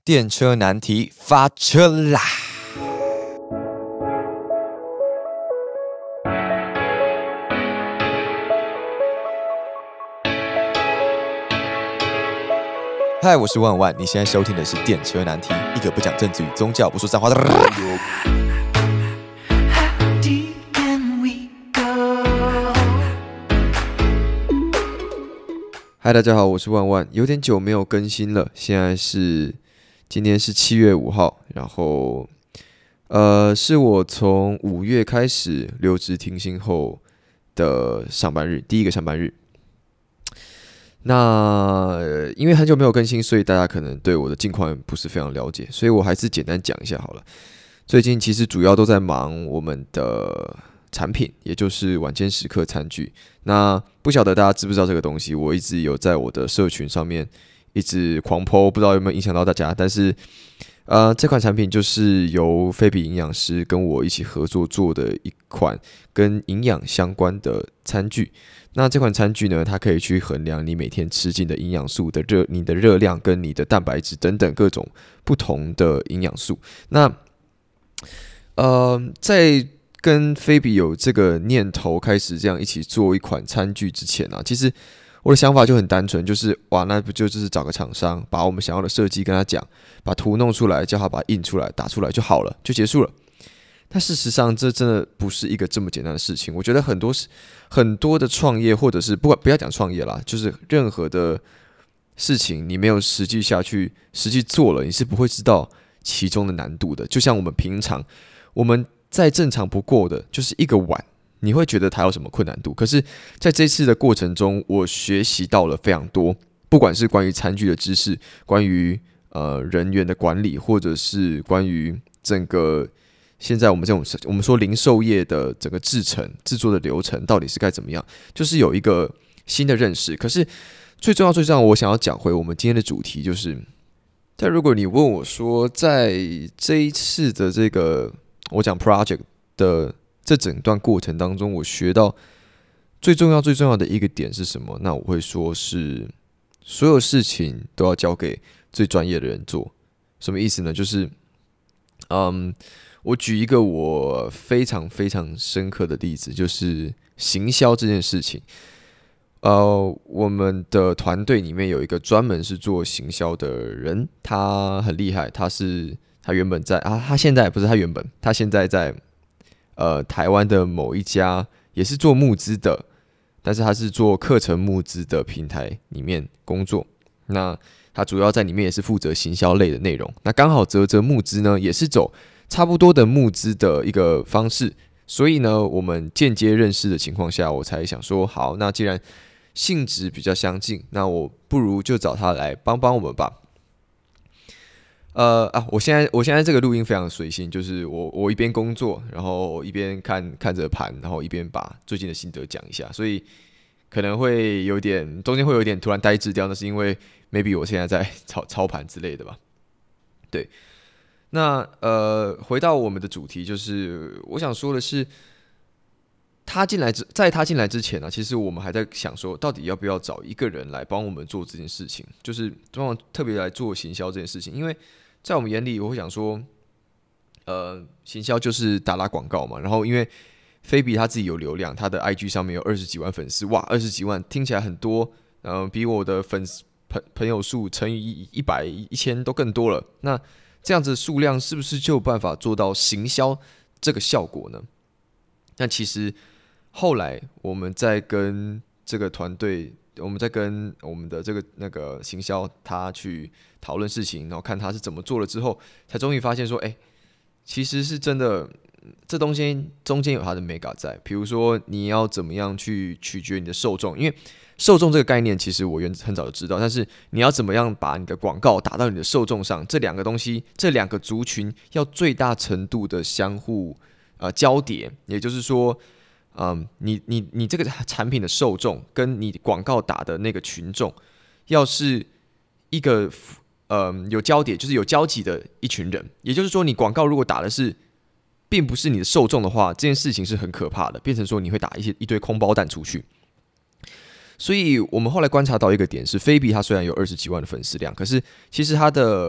电车难题发车啦！嗨，我是万万，你现在收听的是电车难题，一个不讲政治与宗教、不说脏话的。嗨，大家好，我是万万，有点久没有更新了，今天是7月5号，然后是我从5月开始留职停薪后的上班日，第一个上班日。那因为很久没有更新，所以大家可能对我的近况不是非常了解，所以我还是简单讲一下好了。最近其实主要都在忙我们的产品，也就是晚间时刻餐具。那不晓得大家知不知道这个东西，我一直有在我的社群上面一直狂 po， 不知道有没有影响到大家。但是这款产品就是由菲比营养师跟我一起合作做的一款跟营养相关的餐具。那这款餐具呢，它可以去衡量你每天吃进的营养素的你的热量跟你的蛋白质等等各种不同的营养素。那在跟菲比有这个念头开始这样一起做一款餐具之前啊，其实我的想法就很单纯，就是那不就是找个厂商，把我们想要的设计跟他讲，把图弄出来，叫他把它印出来、打出来就好了，就结束了。但事实上，这真的不是一个这么简单的事情。我觉得很多的创业，或者是不要讲创业啦，就是任何的事情，你没有实际下去实际做了，你是不会知道其中的难度的。就像我们平常，我们再正常不过的，就是一个碗，你会觉得它有什么困难度？可是在这次的过程中，我学习到了非常多，不管是关于餐具的知识，关于人员的管理，或者是关于整个现在我们说零售业的整个制作的流程到底是该怎么样，就是有一个新的认识。可是最重要，我想要讲回我们今天的主题，就是但如果你问我说，在这一次的这个我讲 project 的这整段过程当中，我学到最重要的一个点是什么？那我会说是所有事情都要交给最专业的人做。什么意思呢？就是我举一个我非常非常深刻的例子，就是行销这件事情。我们的团队里面有一个专门是做行销的人，他很厉害，他原本在他现在不是他原本，他现在在台湾的某一家也是做募资的，但是他是做课程募资的平台里面工作。那他主要在里面也是负责行销类的内容。那刚好泽募资呢，也是走差不多的募资的一个方式，所以呢，我们间接认识的情况下，我才想说，好，那既然性质比较相近，那我不如就找他来帮我们吧。我现在这个录音非常随性，就是我一边工作，然后一边看着盘，然后一边把最近的心得讲一下，所以可能会中间会有点突然呆滞掉，那是因为 maybe 我现在在操盘之类的吧。对，那回到我们的主题，就是我想说的是，在他进来之前呢，其实我们还在想说，到底要不要找一个人来帮我们做这件事情，就是特别来做行销这件事情，因为在我们眼里，我会想说，行销就是打广告嘛。然后因为菲比他自己有流量，他的 IG 上面有20几万粉丝，哇，20几万听起来很多，比我的朋友数乘以100、1000都更多了。那这样子的数量是不是就有办法做到行销这个效果呢？那其实后来我们在跟这个团队，我们在跟我们的那个行销他去讨论事情，然后看他是怎么做了之后，才终于发现说，其实是真的，这东西中间有它的 mega 在。比如说你要怎么样去取决你的受众，因为受众这个概念其实我很早就知道，但是你要怎么样把你的广告打到你的受众上，这两个族群要最大程度的相互交叠，也就是说，你这个产品的受众跟你广告打的那个群众，要是一个有交叠，就是有交集的一群人。也就是说，你广告如果打的并不是你的受众的话，这件事情是很可怕的，变成说你会打一堆空包弹出去。所以我们后来观察到一个点是，菲比他虽然有20几万的粉丝量，可是其实他的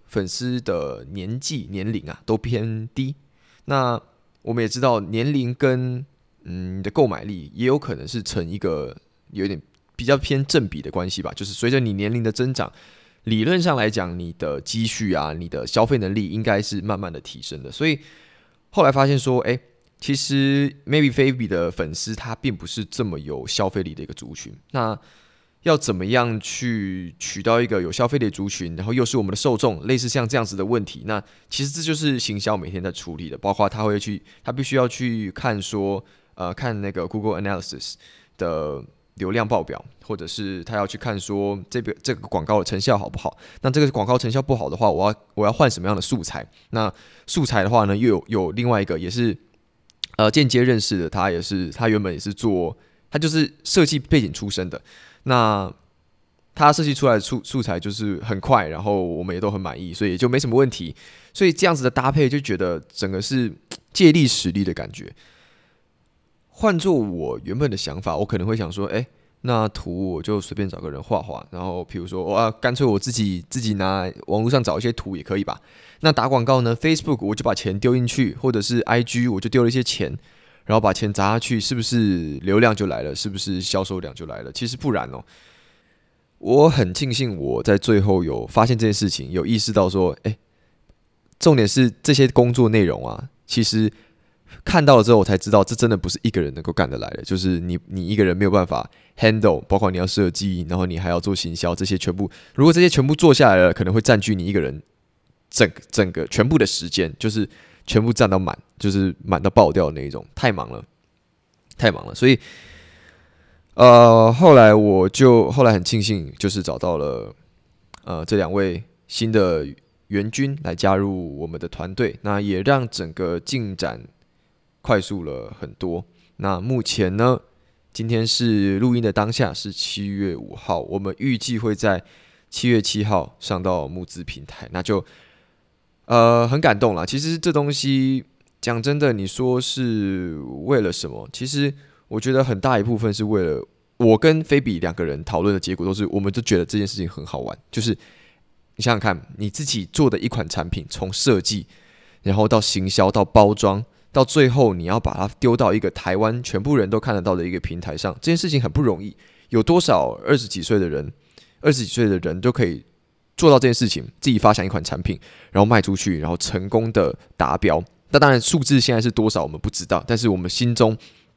粉丝的年龄啊都偏低。那我们也知道年龄跟你的购买力也有可能是成一个有点比较偏正比的关系吧，就是随着你年龄的增长，理论上来讲，你的积蓄啊，你的消费能力应该是慢慢的提升的。所以后来发现说，其实 maybe Phoebe 的粉丝他并不是这么有消费力的一个族群。那要怎么样去取到一个有消费力的族群，然后又是我们的受众，类似像这样子的问题，那其实这就是行销每天在处理的，包括他必须要去看说，看那个 Google Analysis 的流量报表，或者是他要去看说这个广告的成效好不好。那这个广告成效不好的话，我要换什么样的素材？那素材的话呢，又有另外一个也是间接认识的，他原本也是做，他就是设计背景出身的。那他设计出来的素材就是很快，然后我们也都很满意，所以也就没什么问题。所以这样子的搭配就觉得整个是借力使力的感觉。换做我原本的想法，我可能会想说，那图我就随便找个人画画，然后比如说干脆我自己拿网络上找一些图也可以吧。那打广告呢 ，Facebook 我就把钱丢进去，或者是 IG 我就丢了一些钱。然后把钱砸下去，是不是流量就来了？是不是销售量就来了？其实不然哦。我很庆幸我在最后有发现这件事情，有意识到说，重点是这些工作内容啊，其实看到了之后，我才知道这真的不是一个人能够干得来的。就是你一个人没有办法 handle， 包括你要设计，然后你还要做行销，这些全部，如果这些全部做下来了，可能会占据你一个人整个全部的时间，就是全部占到满，就是满到爆掉的那一种，太忙了。所以，后来很庆幸，就是找到了这2位新的援军来加入我们的团队，那也让整个进展快速了很多。那目前呢，今天是录音的当下是7月5号，我们预计会在7月7号上到募资平台，那就很感动啦。其实这东西讲真的，你说是为了什么？其实我觉得很大一部分是为了我跟菲比2个人讨论的结果，都是我们都觉得这件事情很好玩。就是你想想看，你自己做的一款产品，从设计，然后到行销，到包装，到最后你要把它丢到一个台湾全部人都看得到的一个平台上，这件事情很不容易。有多少20几岁的人都可以做到这件事情，自己发想一款产品，然后卖出去，然后成功的达标。那当然数字现在是多少我们不知道，但是我们心中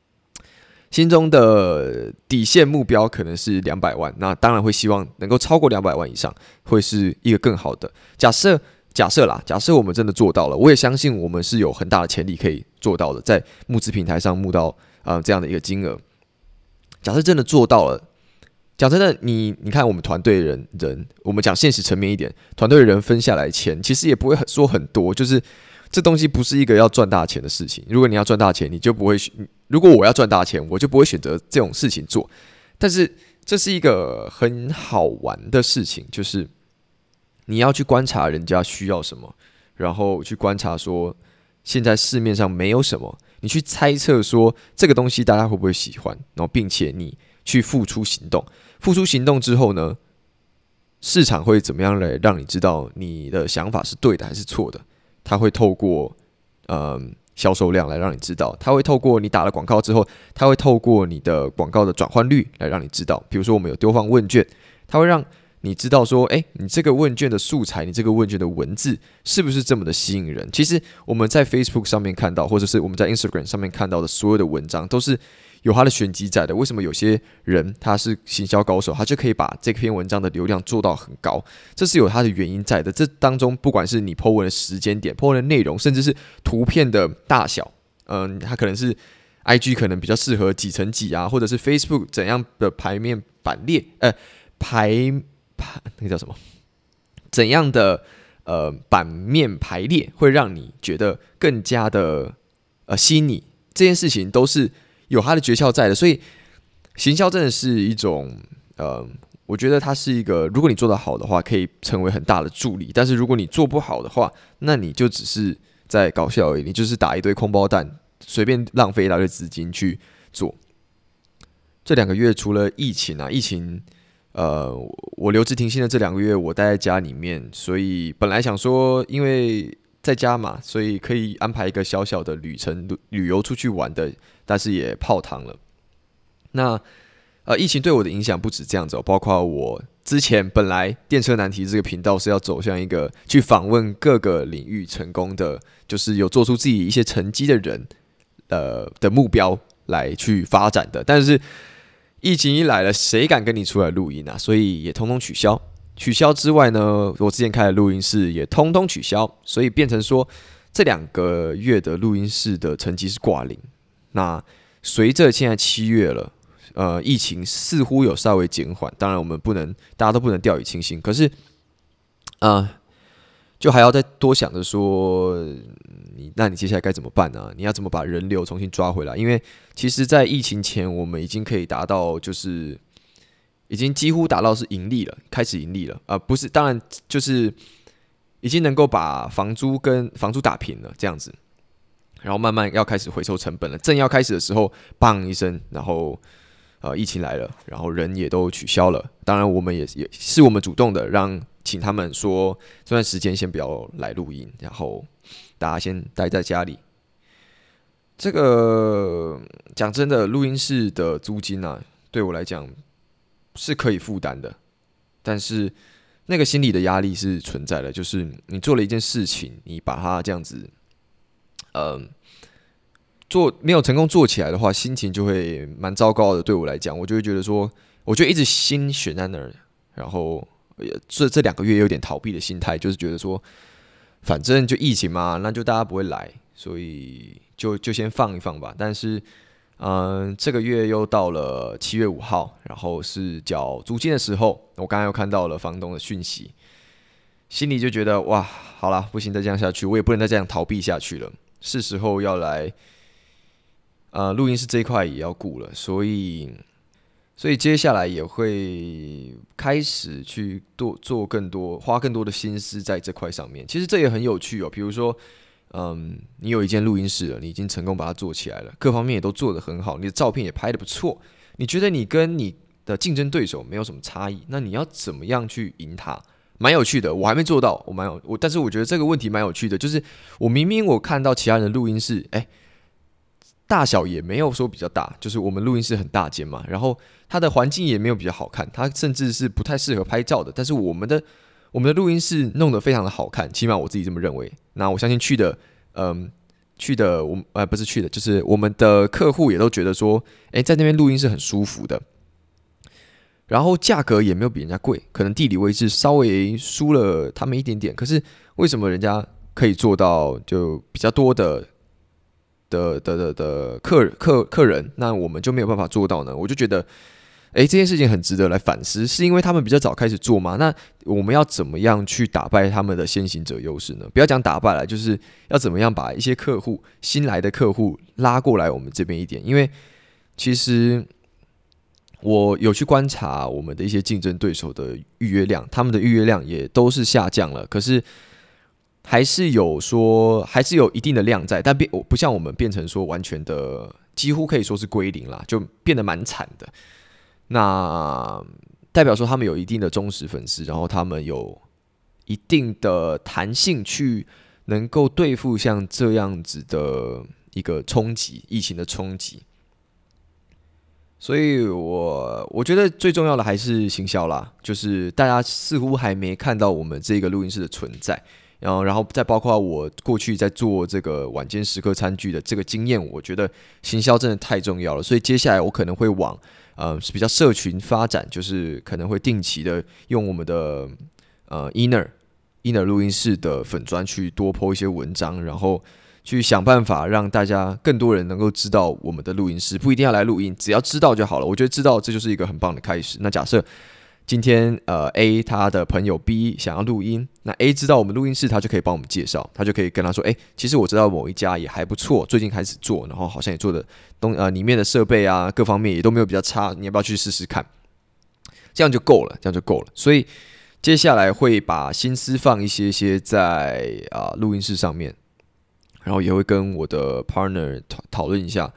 的底线目标可能是200万，那当然会希望能够超过200万以上，会是一个更好的。假设我们真的做到了，我也相信我们是有很大的潜力可以做到的，在募资平台上募到这样的一个金额。假设真的做到了，讲真的，你看我们团队人，我们讲现实层面一点，团队的人分下来钱，其实也不会说很多，就是这东西不是一个要赚大钱的事情。如果你要赚大钱，你就不会；如果我要赚大钱，我就不会选择这种事情做。但是这是一个很好玩的事情，就是你要去观察人家需要什么，然后去观察说现在市面上没有什么，你去猜测说这个东西大家会不会喜欢，然后并且你去付出行动。付出行动之后呢，市场会怎么样来让你知道你的想法是对的还是错的？它会透过销售量来让你知道，它会透过你打了广告之后，它会透过你的广告的转换率来让你知道。比如说我们有丢放问卷，它会让你知道说，你这个问卷的素材，你这个问卷的文字是不是这么的吸引人？其实我们在 Facebook 上面看到，或者是我们在 Instagram 上面看到的所有的文章，都是有他的玄机在的。为什么有些人他是行销高手，他就可以把这篇文章的流量做到很高？这是有他的原因在的。这当中不管是你 po 文的时间点、po 文的内容，甚至是图片的大小，它可能是 IG 可能比较适合几乘几啊，或者是 Facebook 怎样的排面版列，那个叫什么？怎样的版面排列会让你觉得更加的吸引你？这件事情都是有它的诀窍在的。所以行销真的是一种我觉得它是一个，如果你做得好的话，可以成为很大的助力。但是如果你做不好的话，那你就只是在搞笑而已，你就是打一堆空包弹，随便浪费一大堆资金去做。这2个月除了疫情我留职停薪的这2个月，我待在家里面，所以本来想说，因为在家嘛，所以可以安排一个小小的旅游出去玩的，但是也泡汤了。那疫情对我的影响不止这样子包括我之前本来电车难题这个频道是要走向一个去访问各个领域成功的，就是有做出自己一些成绩的人的目标来去发展的，但是疫情一来了，谁敢跟你出来录音啊？所以也通通取消。取消之外呢，我之前开的录音室也通通取消，所以变成说这2个月的录音室的成绩是挂零。那随着现在7月了，疫情似乎有稍微减缓，当然我们大家都不能掉以轻心。可是，就还要再多想着说，那你接下来该怎么办呢？你要怎么把人流重新抓回来？因为其实，在疫情前，我们已经可以达到，就是已经几乎达到是盈利了，开始盈利了。不是，当然就是已经能够把房租打平了，这样子，然后慢慢要开始回收成本了。正要开始的时候，砰一声，然后疫情来了，然后人也都取消了。当然，我们也是我们主动的请他们说这段时间先不要来录音，然后大家先待在家里。这个讲真的，录音室的租金啊，对我来讲是可以负担的，但是那个心理的压力是存在的，就是你做了一件事情，你把它这样子，没有成功做起来的话，心情就会蛮糟糕的。对我来讲，我就会觉得说，我就一直心悬在那儿，然后这2个月有点逃避的心态，就是觉得说，反正就疫情嘛，那就大家不会来，所以就先放一放吧。但是，这个月又到了7月5号，然后是缴租金的时候，我刚刚又看到了房东的讯息，心里就觉得哇，好啦，不行，再这样下去，我也不能再这样逃避下去了，是时候要来。录音室这一块也要顾了，所以接下来也会开始去做更多，花更多的心思在这块上面。其实这也很有趣比如说，你有一间录音室了，你已经成功把它做起来了，各方面也都做得很好，你的照片也拍得不错，你觉得你跟你的竞争对手没有什么差异，那你要怎么样去赢他？蛮有趣的，我还没做到，但是我觉得这个问题蛮有趣的，就是我明明看到其他人的录音室，大小也没有说比较大，就是我们录音室很大间嘛，然后它的环境也没有比较好看，它甚至是不太适合拍照的。但是我们的录音室弄得非常的好看，起码我自己这么认为。那我相信就是我们的客户也都觉得说，在那边录音是很舒服的，然后价格也没有比人家贵，可能地理位置稍微输了他们一点点，可是为什么人家可以做到就比较多的客人，那我们就没有办法做到呢？我就觉得，这件事情很值得来反思，是因为他们比较早开始做吗？那我们要怎么样去打败他们的先行者优势呢？不要讲打败了，就是要怎么样把一些新来的客户拉过来我们这边一点。因为其实我有去观察我们的一些竞争对手的预约量，他们的预约量也都是下降了，可是还是有一定的量在，但不像我们变成说完全的，几乎可以说是归零啦，就变得蛮惨的。那代表说他们有一定的忠实粉丝，然后他们有一定的弹性去能够对付像这样子的一个疫情的冲击。所以我觉得最重要的还是行销啦，就是大家似乎还没看到我们这个录音室的存在。然后再包括我过去在做这个晚间时刻餐具的这个经验，我觉得行销真的太重要了。所以接下来我可能会往比较社群发展，就是可能会定期的用我们的inner 录音室的粉专去多 po 一些文章，然后去想办法让大家更多人能够知道我们的录音室，不一定要来录音，只要知道就好了。我觉得知道这就是一个很棒的开始。那假设今天A 他的朋友 B 想要录音，那 A 知道我们录音室，他就可以帮我们介绍，他就可以跟他说，其实我知道某一家也还不错，最近开始做，然后好像也做的里面的设备啊各方面也都没有比较差，你要不要去试试看？这样就够了。所以接下来会把心思放一些在录音室上面，然后也会跟我的 partner 讨论一下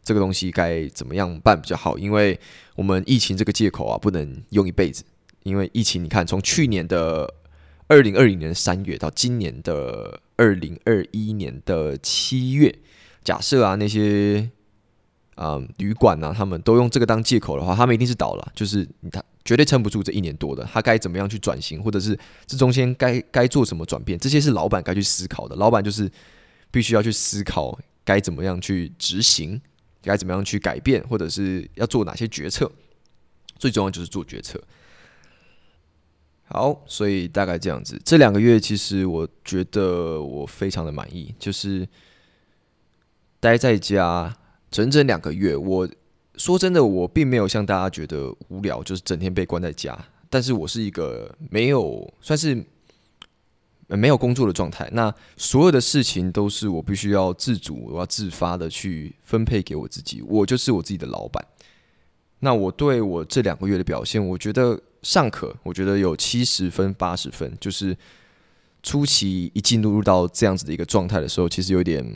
这个东西该怎么样办比较好，因为我们疫情这个借口啊，不能用一辈子。因为疫情，你看从去年的2020年的3月到今年的2021年的7月，假设啊那些旅馆啊，他们都用这个当借口的话，他们一定是倒了，就是他绝对撑不住这1年多的，他该怎么样去转型，或者是这中间该做什么转变，这些是老板该去思考的。老板就是必须要去思考该怎么样去执行，该怎么样去改变，或者是要做哪些决策。最重要就是做决策。好，所以大概这样子。这2个月其实我觉得我非常的满意，就是待在家整整2个月。我说真的，我并没有像大家觉得无聊，就是整天被关在家。但是我是一个算是没有工作的状态。那所有的事情都是我必须要自主，我要自发的去分配给我自己。我就是我自己的老板。那我对我这2个月的表现，我觉得尚可，我觉得有70分、80分。就是初期一进入到这样子的一个状态的时候，其实有点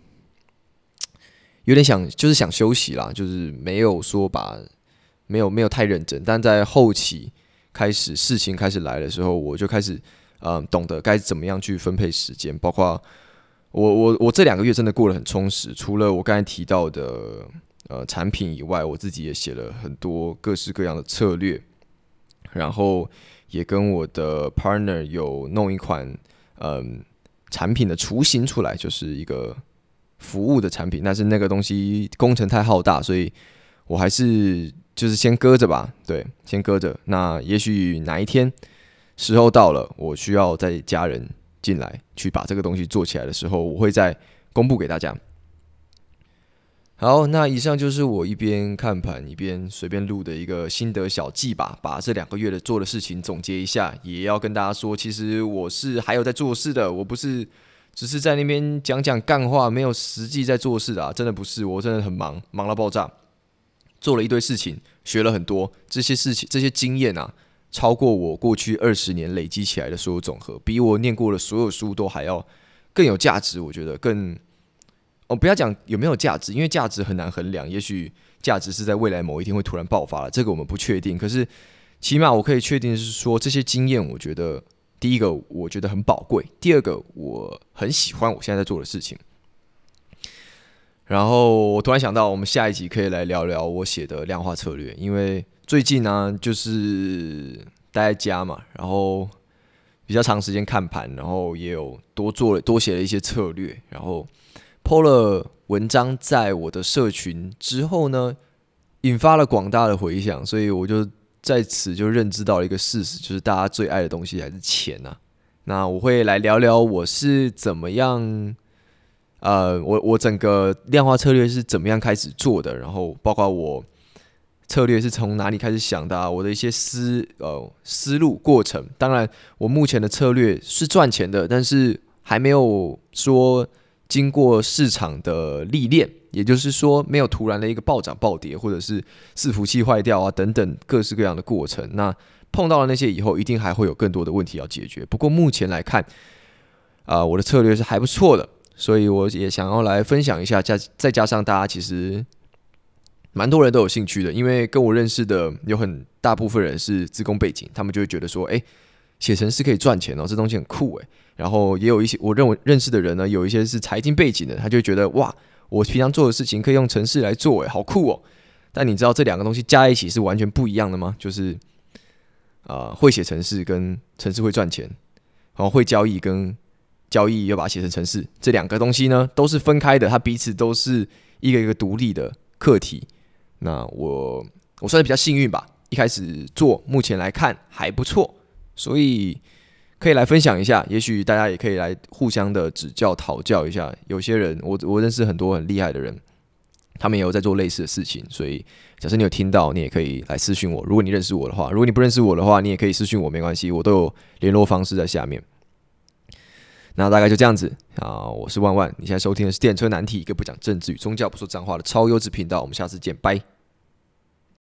想休息啦，就是没有说没有太认真。但在后期事情开始来的时候，我就开始懂得该怎么样去分配时间，包括我这2个月真的过得很充实。除了我刚才提到的产品以外，我自己也写了很多各式各样的策略，然后也跟我的 partner 有弄一款产品的雏形出来，就是一个服务的产品。但是那个东西工程太浩大，所以我还是就是先搁着吧，对，先搁着。那也许哪一天时候到了，我需要再加人进来去把这个东西做起来的时候，我会再公布给大家。好，那以上就是我一边看盘一边随便录的一个心得小记吧，把这2个月做的事情总结一下，也要跟大家说，其实我是还有在做事的，我不是只是在那边讲干话，没有实际在做事的啊，真的不是，我真的很忙到爆炸，做了一堆事情，学了很多，这些事情这些经验啊，超过我过去20年累积起来的所有总和，比我念过的所有书都还要更有价值，我觉得不要讲有没有价值，因为价值很难衡量。也许价值是在未来某一天会突然爆发了，这个我们不确定。可是起码我可以确定的是说，这些经验，我觉得第一个我觉得很宝贵，第二个我很喜欢我现在在做的事情。然后我突然想到，我们下一集可以来聊聊我写的量化策略，因为最近呢就是待在家嘛，然后比较长时间看盘，然后也有多写了一些策略，然后po 了文章在我的社群之后呢，引发了广大的回响，所以我就在此就认知到了一个事实，就是大家最爱的东西还是钱啊。那我会来聊聊我是怎么样，我整个量化策略是怎么样开始做的，然后包括我策略是从哪里开始想的我的一些思路过程。当然，我目前的策略是赚钱的，但是还没有说经过市场的历练，也就是说没有突然的一个暴涨暴跌，或者是伺服器坏掉等等各式各样的过程。那碰到了那些以后，一定还会有更多的问题要解决。不过目前来看，我的策略是还不错的，所以我也想要来分享一下。再加上大家其实蛮多人都有兴趣的，因为跟我认识的有很大部分人是资工背景，他们就会觉得说，写程式可以赚钱这东西很酷然后也有一些我认识的人呢，有一些是财经背景的，他就会觉得哇，我平常做的事情可以用程式来做好酷但你知道这2个东西加在一起是完全不一样的吗？就是会写程式跟程式会赚钱，然后会交易跟交易又把它写成程式，这2个东西呢都是分开的，它彼此都是一个一个独立的课题。那我算是比较幸运吧，一开始做，目前来看还不错，所以可以来分享一下，也许大家也可以来互相的指教讨教一下。有些人我认识很多很厉害的人，他们也有在做类似的事情，所以假设你有听到，你也可以来私讯我。如果你认识我的话，如果你不认识我的话，你也可以私讯我，没关系，我都有联络方式在下面。那大概就这样子我是万万，你现在收听的是电车难题，一个不讲政治与宗教、不说脏话的超优质频道。我们下次见，拜。